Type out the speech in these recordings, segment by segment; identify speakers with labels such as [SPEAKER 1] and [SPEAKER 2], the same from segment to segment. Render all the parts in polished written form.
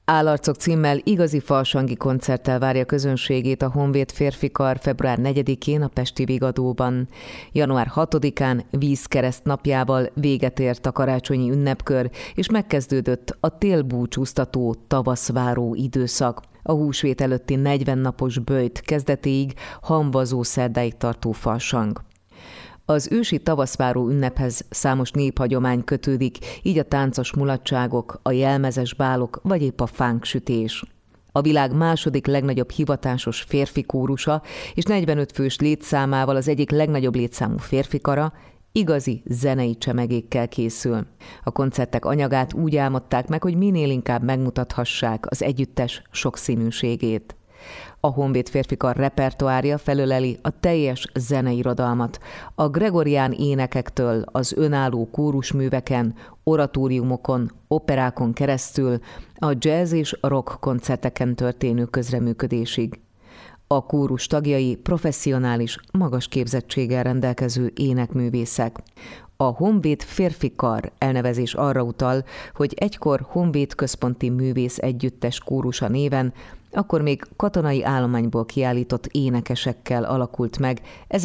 [SPEAKER 1] Állarcok címmel igazi farsangi koncerttel várja közönségét a Honvéd Férfikar február 4-én a pesti Vigadóban. Január 6-án vízkereszt napjával véget ért a karácsonyi ünnepkör, és megkezdődött a télbúcsúztató, tavaszváró időszak. A húsvét előtti 40 napos böjt kezdetéig hamvazó szerdáig tartó farsang. Az ősi tavaszváró ünnephez számos néphagyomány kötődik, így a táncos mulatságok, a jelmezes bálok vagy épp a fánksütés. A világ második legnagyobb hivatásos férfi kórusa és 45 fős létszámával az egyik legnagyobb létszámú férfikara igazi zenei csemegékkel készül. A koncertek anyagát úgy álmodták meg, hogy minél inkább megmutathassák az együttes sokszínűségét. A Honvéd Férfikar repertoárja felöleli a teljes zeneirodalmat. A gregorián énekektől az önálló kórusműveken, oratóriumokon, operákon keresztül a jazz és rock koncerteken történő közreműködésig. A kórus tagjai professzionális, magas képzettséggel rendelkező énekművészek. A Honvéd Férfikar elnevezés arra utal, hogy egykor Honvéd Központi Művész Együttes kórusa néven akkor még katonai állományból kiállított énekesekkel alakult meg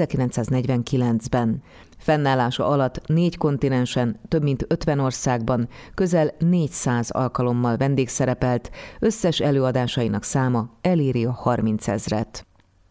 [SPEAKER 1] 1949-ben. Fennállása alatt 4 kontinensen, több mint 50 országban, közel 400 alkalommal vendégszerepelt, összes előadásainak száma eléri a 30 000-et.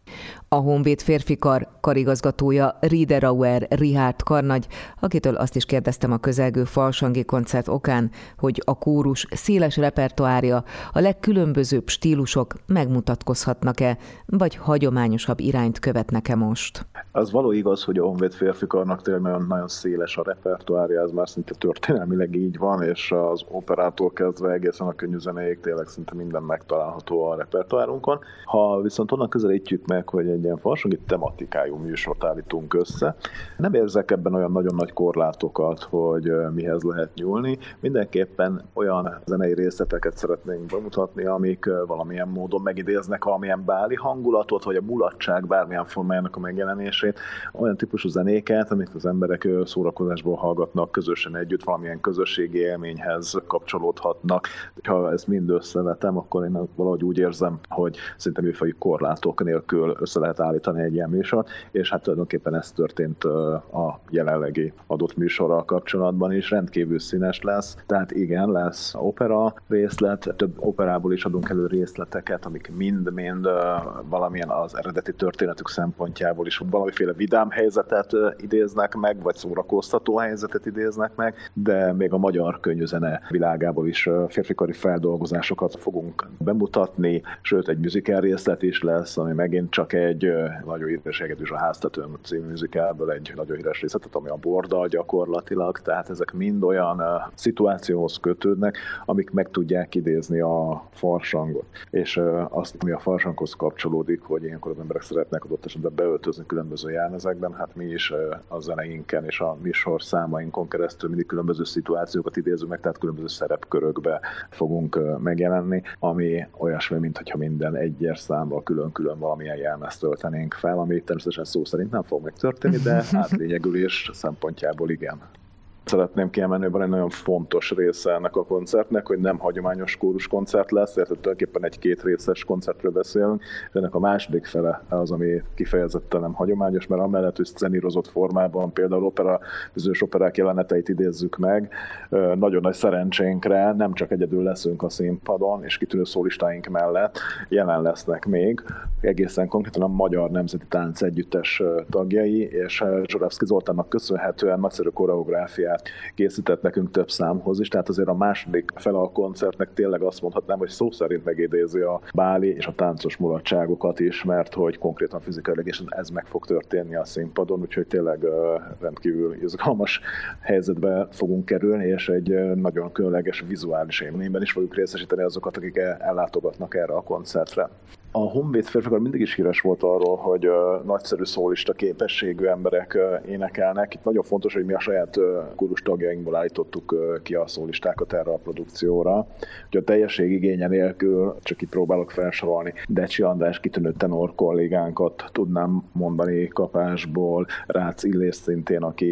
[SPEAKER 1] A Honvéd Férfikar karigazgatója Riederauer Richard karnagy, akitől azt is kérdeztem a közelgő farsangi koncert okán, hogy a kórus széles repertoárja, a legkülönbözőbb stílusok megmutatkozhatnak-e, vagy hagyományosabb irányt követnek-e most?
[SPEAKER 2] Az való igaz, hogy a Honvéd Férfikarnak tényleg nagyon széles a repertoárja, ez már szinte történelmileg így van, és az operától kezdve egészen a könnyű zenéig tényleg szinte minden megtalálható a repertoárunkon. Ha viszont onnan közelítjük meg, hogy egy ilyen farsangi tematikájú műsort állítunk össze, nem érzek ebben olyan nagyon nagy korlátokat, hogy mihez lehet nyúlni. Mindenképpen olyan zenei részleteket szeretnénk bemutatni, amik valamilyen módon megidéznek valamilyen báli hangulatot, vagy a mulatság bármilyen formájának a megjelenését. Olyan típusú zenéket, amit az emberek szórakozásból hallgatnak közösen együtt, valamilyen közösségi élményhez kapcsolódhatnak. Ha ezt mind összevetem, akkor én valahogy úgy érzem, hogy szinte műfaji korlátok nélkül össze lehet állítani egy ilyen műsort, és hát tulajdonképpen ez történt a jelenlegi adott műsorral kapcsolatban is, rendkívül színes lesz, tehát igen, lesz opera részlet, több operából is adunk elő részleteket, amik mind-mind valamilyen az eredeti történetük szempontjából is valamiféle vidám helyzetet idéznek meg, vagy szórakoztató helyzetet idéznek meg, de még a magyar könnyűzene világából is férfikari feldolgozásokat fogunk bemutatni, sőt egy musical részlet is lesz, ami megint csak egy nagyon híres Hegedűs a háztetőn című musicalből egy nagyon híres részletet, ami a Borda gyakorlatilag, tehát ezek mind olyan szituációhoz kötődnek, amik meg tudják idézni a farsangot. És azt, ami a farsanghoz kapcsolódik, hogy ilyenkor az emberek szeretnek adott esetben beöltözni különböző jelmezekben, hát mi is a zeneinken és a műsor számainkon keresztül mindig különböző szituációkat idézünk meg, tehát különböző szerepkörökbe fogunk megjelenni, ami olyasmi, mintha minden egyes számban külön-külön valamilyen jelmezt töltenénk fel, ami természetesen szó szerint nem fog megtörténni, de átlényegülés szempontjából igen. Szeretném kiemelni, hogy van egy nagyon fontos része ennek a koncertnek, hogy nem hagyományos kóruskoncert lesz, tehát tulajdonképpen egy 2 részes koncertről beszélünk, és ennek a második fele az, ami kifejezetten nem hagyományos, mert amellett, hogy szenírozott formában például bizonyos operák jeleneteit idézzük meg, nagyon nagy szerencsénkre nem csak egyedül leszünk a színpadon, és kitűnő szólistáink mellett jelen lesznek még egészen konkrétan a Magyar Nemzeti Tánc Együttes tagjai, és Zsorevszky Zoltánnak köszönhetően nagyszerű koreográfiát készített nekünk több számhoz is, tehát azért a második fele a koncertnek tényleg azt mondhatnám, hogy szó szerint megidézi a báli és a táncos mulatságokat is, mert hogy konkrétan fizikailag és ez meg fog történni a színpadon, úgyhogy tényleg rendkívül izgalmas helyzetbe fogunk kerülni, és egy nagyon különleges vizuális élményben is fogjuk részesíteni azokat, akik ellátogatnak erre a koncertre. A Honvéd Férfikar mindig is híres volt arról, hogy nagyszerű szólista képességű emberek énekelnek. Itt nagyon fontos, hogy mi a saját kórus tagjainkból állítottuk ki a szólistákat erre a produkcióra. Ugye a teljesség igénye nélkül, csak itt próbálok felsorolni, Decsi András kitűnő tenor kollégánkat tudnám mondani kapásból, Rácz Illés szintén, aki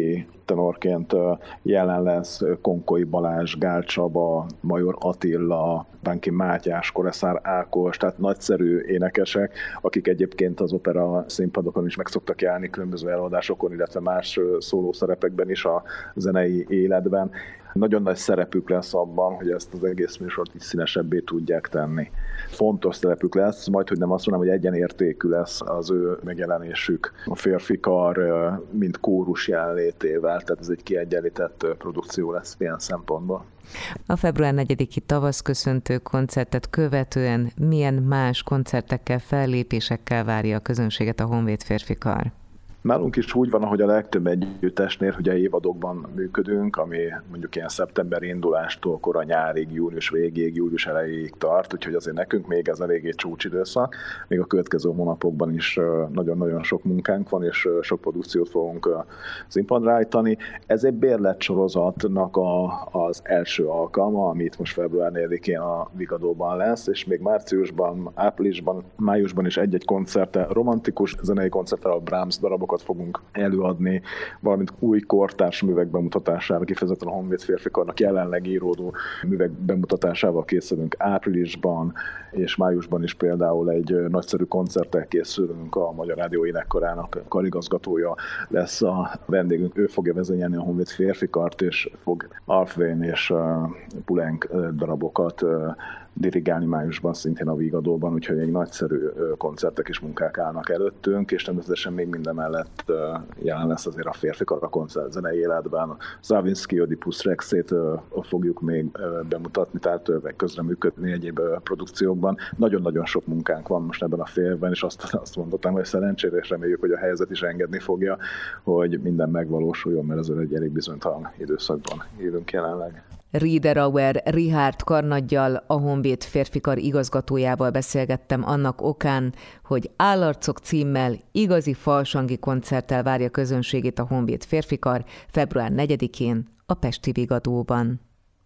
[SPEAKER 2] tenorként jelen lesz Konkói Balázs, Gál Csaba, Major Attila, Bánki Mátyás, Koreszár Ákos, tehát nagyszerű énekesek, akik egyébként az opera színpadokon is meg szoktak járni különböző előadásokon, illetve más szólószerepekben is a zenei életben. Nagyon nagy szerepük lesz abban, hogy ezt az egész műsort is színesebbé tudják tenni. Fontos szerepük lesz, majd hogy nem azt mondom, hogy egyenértékű lesz az ő megjelenésük a férfi kar, mint kórus jelenlétével, tehát ez egy kiegyenlített produkció lesz ilyen szempontból.
[SPEAKER 1] A február 4-i tavaszköszöntő koncertet követően milyen más koncertekkel, fellépésekkel várja a közönséget a Honvéd férfi kar?
[SPEAKER 2] Nálunk is úgy van, ahogy a legtöbb együttesnél, hogy a évadokban működünk, ami mondjuk ilyen szeptember indulástól kora nyárig, június végéig, július elejéig tart, úgyhogy azért nekünk még ez eléggé csúcsidőszak. Még a következő hónapokban is nagyon-nagyon sok munkánk van, és sok produkciót fogunk színpadra állítani. Ez egy bérletsorozatnak az első alkalma, amit most február 4-én a Vigadóban lesz, és még márciusban, áprilisban, májusban is egy-egy koncerttel, romantikus zenei koncerttel, a Brahms darabokat fogunk előadni, valamint új kortárs művek bemutatására, kifejezetten a Honvéd férfi karnak jelenleg íródó művek bemutatásával készülünk áprilisban, és májusban is például egy nagyszerű koncerttel készülünk, a Magyar Rádió Énekkarának karigazgatója lesz a vendégünk, ő fogja vezényelni a Honvéd férfi kart, és fog Alfvén és Poulenc darabokat dirigálni májusban szintén a Vigadóban, úgyhogy egy nagyszerű koncertek és munkák állnak előttünk, és természetesen még minden mellett jelen lesz azért a férfi kar a koncert zenei életben. Stravinsky Oedipus Rexét fogjuk még bemutatni, tehát közreműködni egyéb produkciókban. Nagyon-nagyon sok munkánk van most ebben a fél évben, és azt mondottam, hogy szerencsére, és reméljük, hogy a helyzet is engedni fogja, hogy minden megvalósuljon, mert ez egy elég bizonytalan időszakban élünk jelenleg.
[SPEAKER 1] Riederauer Richárd karnaggyal, a Honvéd férfi kar igazgatójával beszélgettem annak okán, hogy Állarcok címmel igazi falsangi koncerttel várja közönségét a Honvéd férfi kar február 4-én a pesti Vigadóban.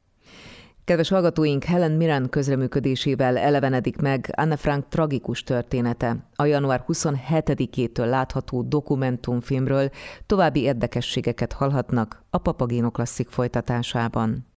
[SPEAKER 1] Kedves hallgatóink, Helen Mirren közreműködésével elevenedik meg Anne Frank tragikus története. A január 27-től látható dokumentumfilmről további érdekességeket hallhatnak a Papagéno Klasszik folytatásában.